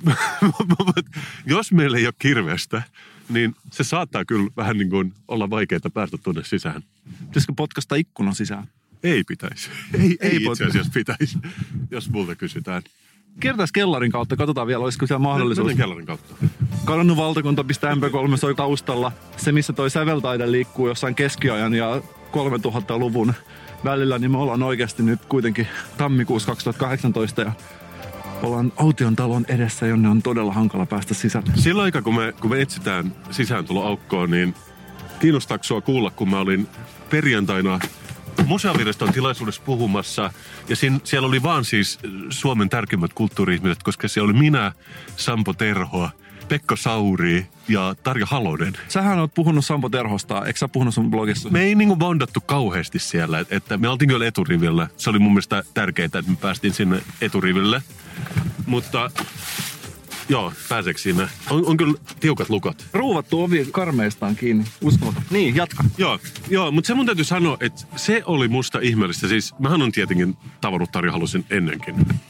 Jos meillä ei ole kirvestä, niin se saattaa kyllä vähän niin kuin olla vaikeaa päästä tuonne sisään. Pitäisikö potkasta ikkunan sisään? Ei pitäisi. Ei, ei, ei itse asiassa pitäisi, jos multa kysytään. Kiertäis kellarin kautta, katsotaan vielä, olisiko siellä mahdollisuus. Mennään kellarin kautta. Kadonnut valtakunta piste M P kolme soi taustalla. Se, missä toi säveltaide liikkuu jossain keskiajan ja kolmetuhattaluvun välillä, niin me ollaan oikeasti nyt kuitenkin tammikuussa kaksituhattakahdeksantoista ja ollaan Aution talon edessä, jonne on todella hankala päästä sisälle. Silloin aikaa, kun me, kun me etsitään sisääntuloaukkoon, niin kiinnostaako sua kuulla, kun mä olin perjantaina Museoviraston tilaisuudessa puhumassa, ja siinä, siellä oli vaan siis Suomen tärkeimmät kulttuuri-ihmiset, koska siellä oli minä, Sampo Terho, Pekko Sauri ja Tarja Halonen. Sähän oot puhunut Sampo Terhosta, eikö sä puhunut sun blogissa? Me ei niinku bondattu kauheasti siellä, että me oltiin kyllä eturivillä. Se oli mun mielestä tärkeää, että me päästiin sinne eturiville. Mutta joo, pääseekö siinä? On, on kyllä tiukat lukot. Ruuvattu ovi karmeistaan kiinni. Uskomaton. Niin, jatka. Joo, joo, mutta se mun täytyy sanoa, että se oli musta ihmeellistä. Siis mähän on tietenkin tavannut Tarja Halosen ennenkin.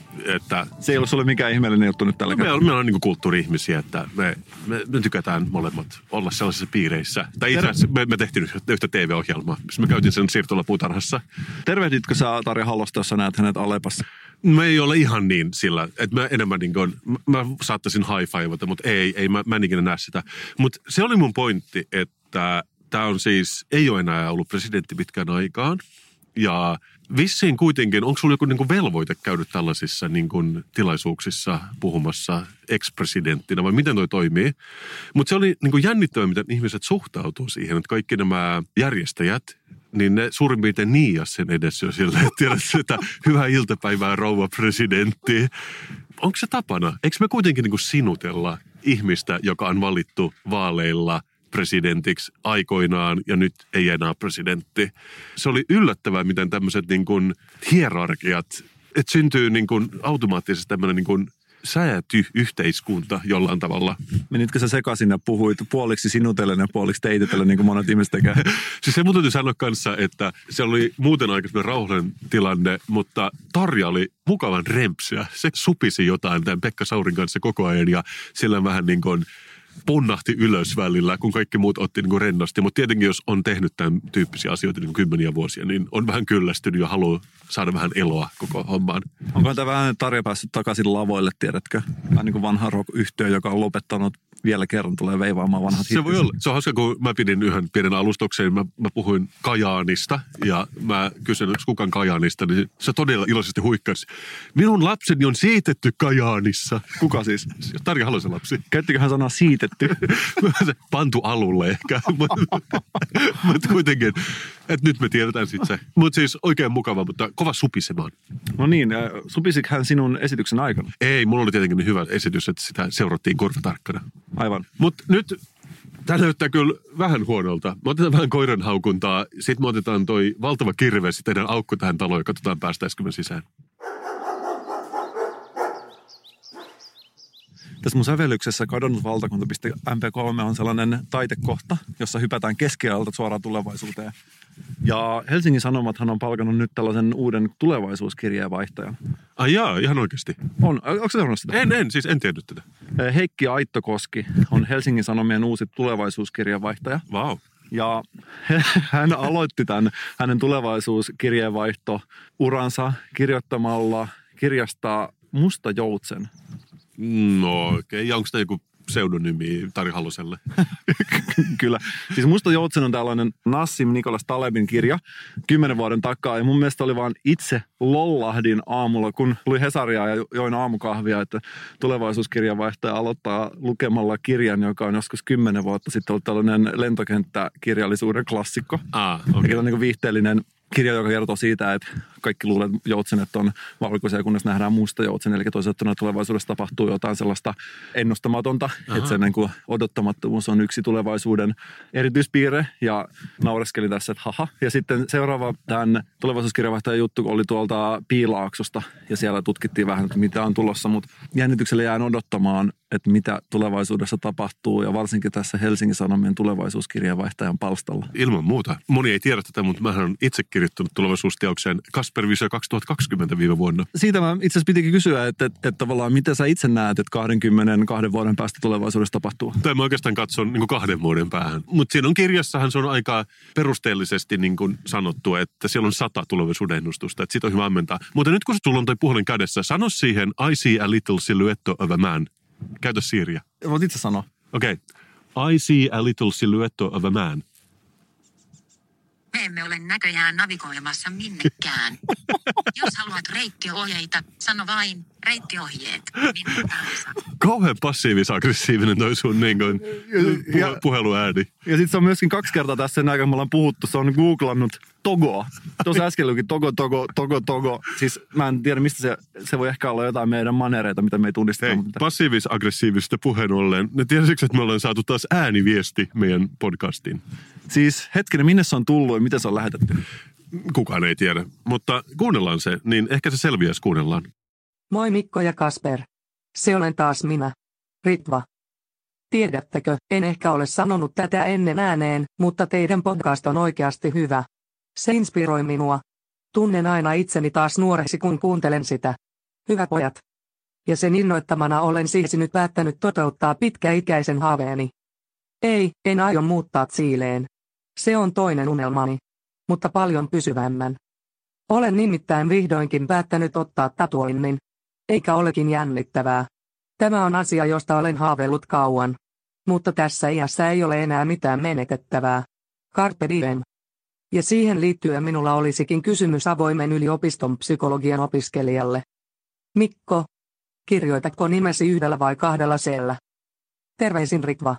Että se ei ollut sulle mikään ihmeellinen juttu nyt tällä no, kertaa. Me, me ollaan niin kuin kulttuuri-ihmisiä, että me, me, me tykätään molemmat olla sellaisissa piireissä. Tai itse asiassa me, me tehtiin yhtä T V-ohjelmaa, missä me käytiin sen siirtolapuutarhassa. Tervehditkö sä Tarja Halosta, jos sä näet hänet Alepassa? Me ei ole ihan niin sillä, että mä enemmän niin kuin, mä saattaisin high-fivata, mutta ei, ei mä, mä en ikinä näe sitä. Mutta se oli mun pointti, että tämä on siis, ei ole enää ollut presidentti pitkään aikaan. Ja vissiin kuitenkin, onko sulla joku niin kuin velvoite käydä tällaisissa niin kuin tilaisuuksissa puhumassa ex-presidenttinä vai miten toi toimii? Mutta se oli niin kuin jännittävää, miten ihmiset suhtautuu siihen, että kaikki nämä järjestäjät, niin ne suurin piirtein niias sen edessä jo silleen, että tiedät sitä hyvää iltapäivää rouva presidentti. Onko se tapana? Eikö me kuitenkin niin kuin sinutella ihmistä, joka on valittu vaaleilla presidentiksi aikoinaan ja nyt ei enää presidentti? Se oli yllättävää, miten tämmöiset niin kuin hierarkiat, että syntyy niin kuin automaattisesti tämmöinen niin kuin sääty-yhteiskunta jollain tavalla. Menitkö sä sekaisin ja puhuit puoliksi sinutellen ja puoliksi teititellen, niin kuin monet ihmiset tekee? Siis se mun täytyy sanoa kanssa, että se oli muuten aika rauhallinen tilanne, mutta Tarja oli mukavan rempsyä. Se supisi jotain tämän Pekka Saurin kanssa koko ajan ja sillä vähän niin kuin ponnahti ylös välillä, kun kaikki muut otti niin kuin rennosti. Mutta tietenkin, jos on tehnyt tämän tyyppisiä asioita niin kuin kymmeniä vuosia, niin on vähän kyllästynyt ja haluaa saada vähän eloa koko hommaan. Onko tämä vähän Tarja päässyt takaisin lavoille, tiedätkö? Vähän niin kuin vanha rock-yhtiö, joka on lopettanut vielä kerran, tulee veivaamaan vanhat Se voi olla. Se on hauska, kun mä pidin yhden pienen alustuksen, mä, mä puhuin Kajaanista ja mä kysyin, onko kukaan Kajaanista, niin se todella iloisesti huikkasi. Minun lapseni on siitetty Kajaanissa. Kuka siis? Tarja Halosen lapsi. Käyttikö hän sanaa siitetty? Pantu alulle ehkä, mutta kuitenkin, että nyt me tiedetään sitten se. Mutta siis oikein mukava, mutta kova supisemaan. No niin, supisiko hän sinun esityksen aikana? Ei, mulla oli tietenkin hyvä esitys, että sitä seurattiin korvatarkkana. Aivan. Mutta nyt tämä näyttää kyllä vähän huonolta. Me otetaan vähän koiran haukuntaa, sitten me otetaan toi valtava kirves, teidän aukko tähän taloon ja katsotaan päästäisikö me sisään. Tässä mun sävellyksessä kadonnut valtakunta piste M P kolme on sellainen taitekohta, jossa hypätään keskiajalta suoraan tulevaisuuteen. Ja Helsingin Sanomathan on palkannut nyt tällaisen uuden tulevaisuuskirjeenvaihtajan. Ai jaa, ihan oikeasti. On. Onko se seurannut sitä? En, en, siis en tiennyt tätä. Heikki Aittokoski on Helsingin Sanomien uusi tulevaisuuskirjeenvaihtaja. Vau. Wow. Ja hän aloitti tämän hänen tulevaisuuskirjeenvaihto-uransa kirjoittamalla kirjasta Musta joutsen. No okei, okay. Ja onko tämä joku pseudonyymi Tarja Haloselle? Kyllä. Siis Musta joutsen on tällainen Nassim Nicholas Talebin kirja kymmenen vuoden takaa. Ja mun mielestä oli vaan itse lollahdin aamulla, kun luin Hesaria ja join aamukahvia, että tulevaisuuskirjavaihtaja aloittaa lukemalla kirjan, joka on joskus kymmenen vuotta sitten ollut tällainen lentokenttäkirjallisuuden klassikko. Ah, okei. Okay. Ja on niin kuin viihteellinen kirja, joka kertoo siitä, että kaikki luulee, että joutsenet on valkoisia, kunnes nähdään musta joutsen. Eli toisaalta tulevaisuudessa tapahtuu jotain sellaista ennustamatonta, aha, että se niin kuin odottamattomuus on yksi tulevaisuuden erityispiirre. Ja naureskeli tässä, että haha. Ja sitten seuraava tämän tulevaisuuskirjavaihtajan juttu oli tuolta Piilaaksosta. Ja siellä tutkittiin vähän, että mitä on tulossa. Mutta jännityksellä jään odottamaan, että mitä tulevaisuudessa tapahtuu. Ja varsinkin tässä Helsingin Sanomien tulevaisuuskirjavaihtajan palstalla. Ilman muuta. Moni ei tiedä tätä, mutta mähän olen itse kirjoittanut tulevaisuusteokseen Kasper-visio kaksituhattakaksikymmentä viime vuonna. Siitä mä itse asiassa pitikin kysyä, että, että, että tavallaan miten sä itse näet, että kaksikymmentäkaksi vuoden päästä tulevaisuudessa tapahtuu? Tai mä oikeastaan katson niin kuin kahden vuoden päähän. Mutta siinä on kirjassahan se on aika perusteellisesti niin kuin sanottu, että siellä on sata tulevaisuuden ennustusta, että siitä on hyvä ammentaa. Mutta nyt kun sulla on toi puhelin kädessä, sano siihen I see a little silhouette of a man. Käytä Siriä. Voit itse sanoa. Okei. Okay. I see a little silhouette of a man. Me emme ole näköjään navigoimassa minnekään. Jos haluat reittiohjeita, sano vain reittiohjeet. Minne tahansa. Kauhean passiivis-aggressiivinen toi sun niin kuin puh- puheluääni. Ja sitten se on myöskin kaksi kertaa tässä sen aikana, me ollaan puhuttu, se on googlannut Togoa. Tuossa äsken luki Togo, Togo, Togo, Togo. Siis mä en tiedä, mistä se, se voi ehkä olla jotain meidän manereita, mitä me ei tunnisteta. Hei, passiivis-aggressiivista puheen ollen. Ne tiesitkö, että me ollaan saatu taas ääniviesti meidän podcastiin? Siis hetkinen, minne se on tullut ja miten se on lähetetty? Kukaan ei tiedä, mutta kuunnellaan se, niin ehkä se selviää, jos kuunnellaan. Moi Mikko ja Kasper. Se olen taas minä. Ritva. Tiedättekö, en ehkä ole sanonut tätä ennen ääneen, mutta teidän podcast on oikeasti hyvä. Se inspiroi minua. Tunnen aina itseni taas nuoreksi, kun kuuntelen sitä. Hyvät pojat. Ja sen innoittamana olen siis nyt päättänyt toteuttaa pitkäikäisen haaveeni. Ei, en aio muuttaa Chileen. Se on toinen unelmani. Mutta paljon pysyvämmän. Olen nimittäin vihdoinkin päättänyt ottaa tatuoinnin. Eikä olekin jännittävää. Tämä on asia, josta olen haaveillut kauan. Mutta tässä iässä ei ole enää mitään menetettävää. Carpe diem. Ja siihen liittyen minulla olisikin kysymys avoimen yliopiston psykologian opiskelijalle. Mikko, kirjoitatko nimesi yhdellä vai kahdella sellä? Terveisin Ritva.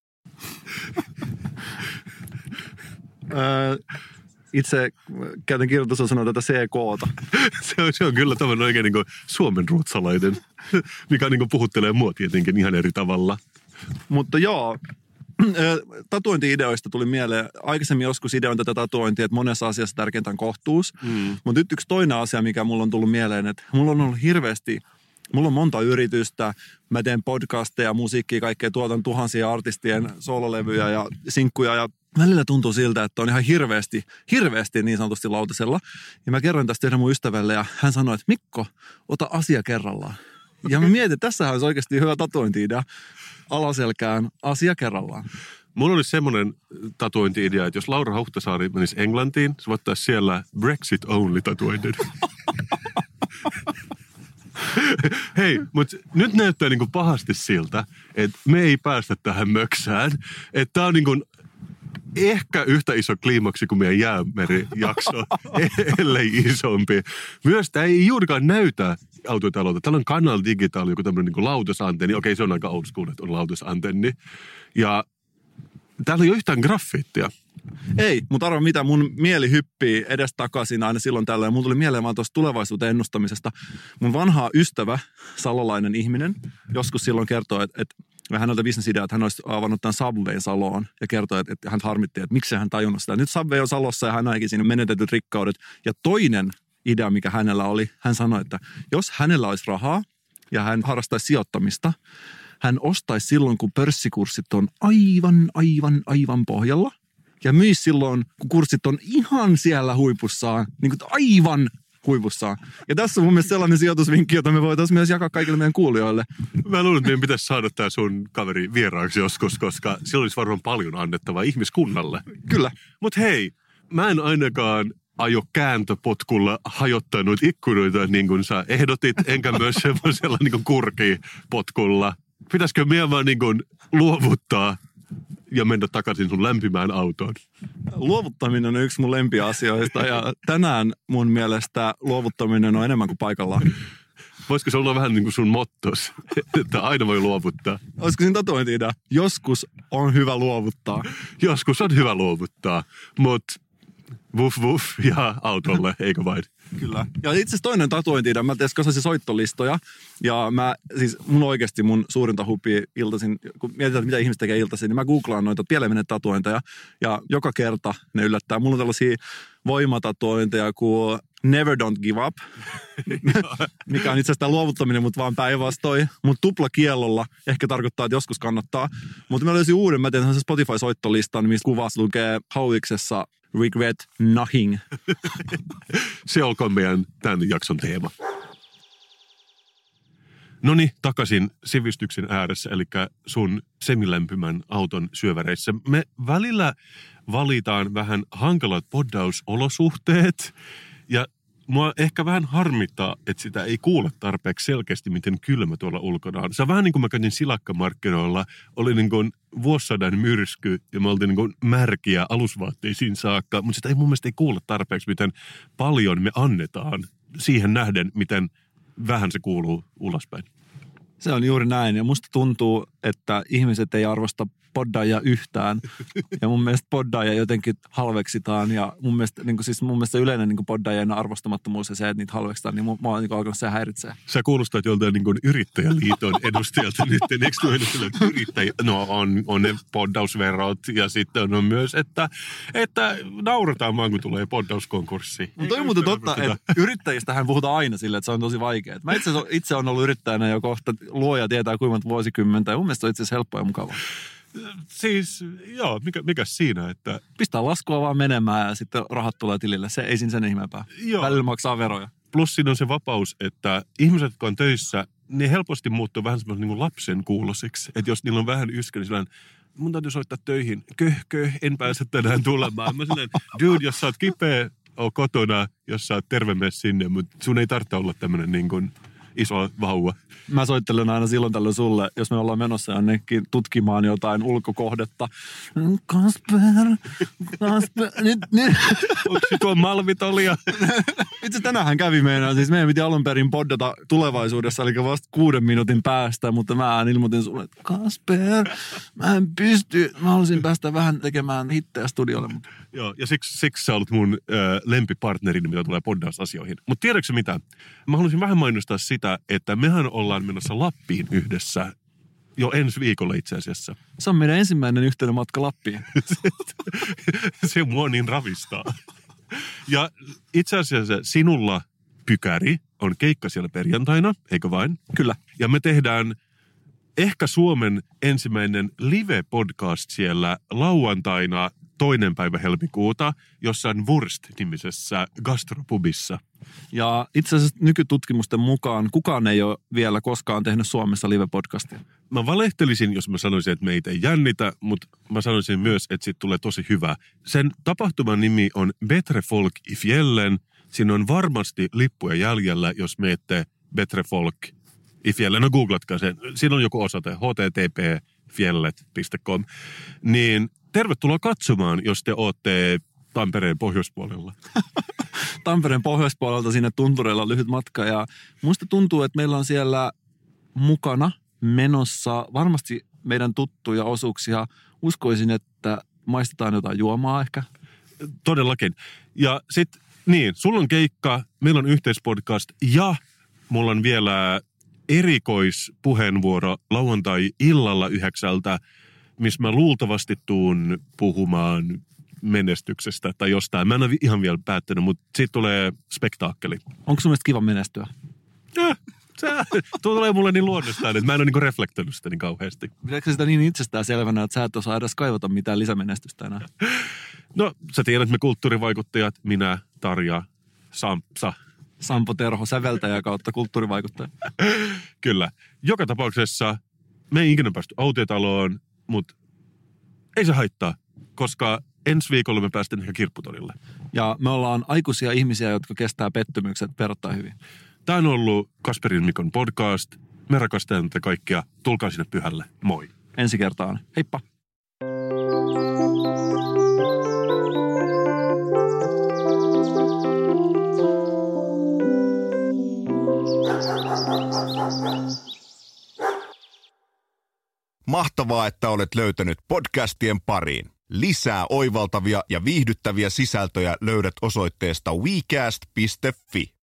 Itse käytän kirjoitusosana tätä C K:ta. se, on, se on kyllä tavallaan oikein niin kuin suomenruotsalainen, mikä niin kuin puhuttelee mua tietenkin ihan eri tavalla. Mutta joo, tatuointi-ideoista tuli mieleen. Aikaisemmin joskus ideoin tätä tatuointia, että monessa asiassa tärkeintä on kohtuus. Mm. Mutta nyt yksi toinen asia, mikä mulla on tullut mieleen, että mulla on ollut hirveästi, mulla on monta yritystä, mä teen podcasteja, musiikkia, kaikkea, tuotan tuhansia artistien soololevyjä ja sinkkuja ja välillä tuntuu siltä, että on ihan hirveästi, hirveästi niin sanotusti lautasella. Ja mä kerroin tästä yhden mun ystävälle ja hän sanoi, että Mikko, ota asia kerrallaan. Ja mä mietin, että tässähän olisi oikeasti hyvä tatuointi-idea. Alaselkään asia kerrallaan. Mulla olisi semmoinen tatuointi-idea, että jos Laura Huhtasaari menisi Englantiin, se voittaisi siellä Brexit only tatuoinnin. Hei, mutta nyt näyttää niinku pahasti siltä, että me ei päästä tähän möksään. Että tää on niinku ehkä yhtä iso kliimaksi kuin meidän jäämerijakso, ellei isompi. Myös tämä ei juurikaan näytä autotalolta. Täällä on Canal Digital, joku tämmöinen niin kuin lautusantenni. Okei, se on aika old school, että on lautusantenni. Ja täällä ei ole yhtään graffittia. Ei, mutta arvo mitä, mun mieli hyppii edes takaisin aina silloin tällä. Ja mun tuli mieleen vaan tuosta tulevaisuuteen ennustamisesta. Mun vanha ystävä, salolainen ihminen, joskus silloin kertoi, että, että häneltä bisnesidea, että hän olisi avannut tämän Subwayn Saloon ja kertoi, että, että hän harmitti, että miksi hän tajunnut sitä. Nyt Subway on Salossa ja hän näikin siinä menetetyt rikkaudet. Ja toinen idea, mikä hänellä oli, hän sanoi, että jos hänellä olisi rahaa ja hän harrastaisi sijoittamista, hän ostaisi silloin, kun pörssikurssit on aivan, aivan, aivan pohjalla. Ja myisi silloin, kun kurssit on ihan siellä huipussaan, niin kuin aivan huipussaan. Ja tässä on mun mielestä sellainen sijoitusvinkki, jota me voitaisiin myös jakaa kaikille meidän kuulijoille. Mä luulen, että meidän pitäisi saada tämä sun kaveri vieraaksi joskus, koska sillä olisi varmaan paljon annettavaa ihmiskunnalle. Kyllä. Mutta hei, mä en ainakaan ajo kääntöpotkulla hajottanut ikkunoita niin kuin sä ehdotit, enkä myös semmoisella niin kuin kurkipotkulla. Pitäisikö meidän vaan niin kuin luovuttaa ja mennä takaisin sun lämpimään autoon? Luovuttaminen on yksi mun lempiasioista ja tänään mun mielestä luovuttaminen on enemmän kuin paikallaan. Voisiko se olla vähän niin kuin sun mottos, että aina voi luovuttaa? Olisiko siinä tatuointi-idea? Joskus on hyvä luovuttaa. Joskus on hyvä luovuttaa, mutta wuff wuff ja autolle, eikö vain? Kyllä. Ja itse asiassa toinen tatuointi-idea, mä tein kasasin soittolistoja ja mä, siis mun oikeasti mun suurinta hupia iltaisin, kun mietitään, että mitä ihmiset tekee iltaisin, niin mä googlaan noita pieleen tatuointeja ja joka kerta ne yllättää. Mulla on tällaisia voimatatuointeja kuin Never Don't Give Up, mikä on itse asiassa luovuttaminen, mutta vaan päinvastoin. Mutta tuplakiellolla ehkä tarkoittaa, että joskus kannattaa. Mutta mä löysin uuden, mä tein sellaisen Spotify-soittolistan, missä kuvassa lukee Hauiksessa Regret Nothing. Se olkoon meidän tämän jakson teema. Noniin, takaisin sivistyksen ääressä, eli sun semilämpimän auton syöväreissä. Me välillä valitaan vähän hankalat poddausolosuhteet, ja mua ehkä vähän harmittaa, että sitä ei kuule tarpeeksi selkeästi, miten kylmä tuolla ulkona on. Se on vähän niin kuin mä kävin silakkamarkkinoilla, oli niin kuin vuosisadan myrsky, ja me oltiin niin kuin märkiä alusvaatteisiin saakka, mutta sitä ei mun mielestä ei kuule tarpeeksi, miten paljon me annetaan siihen nähden, miten vähän se kuuluu ulospäin. Se on juuri näin, ja musta tuntuu, että ihmiset ei arvosta poddaajia yhtään. Ja mun mielestä poddaajia jotenkin halveksitaan, ja mun mielestä, niin kuin, siis mun mielestä yleinen niin poddaajien arvostamattomuus ja se, että niitä halveksitaan, niin mua on niin alkanut se häiritsee. Sä kuulostat joltain niin yrittäjäliiton edustajalta nyt. Eikö tuo että yrittäjä? No on, on ne poddausverot, ja sitten on myös, että, että naurataan vaan, kun tulee poddauskonkurssi. Mutta on muuten totta, että yrittäjistähän puhutaan aina sille, että se on tosi vaikeaa. Mä itse, itse olen ollut yrittäjänä jo kohta, luoja tietää kuinka monta vuosikymmentä, ja mun mielestä on itse asiassa helppoa ja mukavaa. Siis, joo, mikä, mikä siinä, että... Pistää laskua vaan menemään ja sitten rahat tulee tilille. Se ei siinä sen ihmeempää. Joo. Välillä maksaa veroja. plus siinä on se vapaus, että ihmiset, jotka on töissä, ne helposti muuttuu vähän semmoisen niin lapsen kuulosiksi. Että jos niillä on vähän yskä, niin sillä mun täytyy soittaa töihin. Köh, köh, en pääse tänään tulemaan. Mä sanon, dude, jos sä oot kipeä, oo kotona, jos sä oot terve, mene sinne, mutta sun ei tarvitse olla tämmöinen niin kuin iso vauva. Mä soittelen aina silloin tällöin sulle, jos me ollaan menossa jonnekin tutkimaan jotain ulkokohdetta. Kasper, Kasper, nyt, nyt. Onko se tuo malvitolia? Itse tänähän kävi meidän, siis meidän piti alun perin poddata tulevaisuudessa, eli vasta kuuden minuutin päästä, mutta mä ilmoitin sulle, että Kasper, mä en pysty, mä haluaisin päästä vähän tekemään hittejä studiolle. Mutta... Joo, ja siksi, siksi sä olet mun äh, lempipartnerini, mitä tulee poddausasioihin. Mutta tiedätkö mitä? Mä haluaisin vähän mainostaa sitä, että mehän ollaan menossa Lappiin yhdessä jo ensi viikolla itse asiassa. Se on meidän ensimmäinen yhteinen matka Lappiin. Se mua niin ravistaa. Ja itse asiassa sinulla, Pykäri, on keikka siellä perjantaina, eikö vain? Kyllä. Ja me tehdään ehkä Suomen ensimmäinen live-podcast siellä lauantaina toinen päivä helmikuuta jossain Wurst-nimisessä gastropubissa. Ja itse asiassa nykytutkimusten mukaan kukaan ei ole vielä koskaan tehnyt Suomessa live-podcastia. Mä valehtelisin, jos mä sanoisin, että meitä ei jännitä, mutta mä sanoisin myös, että siitä tulee tosi hyvä. Sen tapahtuman nimi on Betre Folk i Fjällen. Siinä on varmasti lippuja jäljellä, jos menette Betre Folk i Fjällen. No googlatkaa sen. Siinä on joku osoite, h t t p fjället piste com. Niin tervetuloa katsomaan, jos te ootte Tampereen pohjoispuolella. Tampereen pohjoispuolelta sinne tuntureilla on lyhyt matka ja musta tuntuu, että meillä on siellä mukana menossa varmasti meidän tuttuja osuuksia. Uskoisin, että maistetaan jotain juomaa ehkä. Todellakin. Ja sitten niin, sulla on keikka, meillä on yhteispodcast ja mulla on vielä erikoispuheenvuoro lauantai-illalla yhdeksältä, missä mä luultavasti tuun puhumaan menestyksestä tai jostain. Mä en ole ihan vielä päättänyt, mutta siitä tulee spektaakkeli. Onko sun mielestä kiva menestyä? Ja, se, tuo tulee mulle niin luonnostaan, että mä en ole niinku reflektoinut sitä niin kauheasti. Pidätkö sitä niin itsestään selvänä, että sä et osaa edes kaivata mitään lisämenestystä enää? No, sä tiedät, me kulttuurivaikuttajat, minä, Tarja, Sampsa. Sampo Terho, säveltäjä kautta kulttuurivaikuttaja. Kyllä. Joka tapauksessa me ei ikinä päästy autiotaloon, mutta ei se haittaa, koska ensi viikolla me päästään ehkä kirpputorille. Ja me ollaan aikuisia ihmisiä, jotka kestää pettymykset verrattain hyvin. Tämä on ollut Kasperin Mikon podcast. Me rakastamme teitä kaikkia. Tulkaa sinne pyhälle. Moi. Ensi kertaan. Heippa. Mahtavaa, että olet löytänyt podcastien pariin. Lisää oivaltavia ja viihdyttäviä sisältöjä löydät osoitteesta wecast piste fi.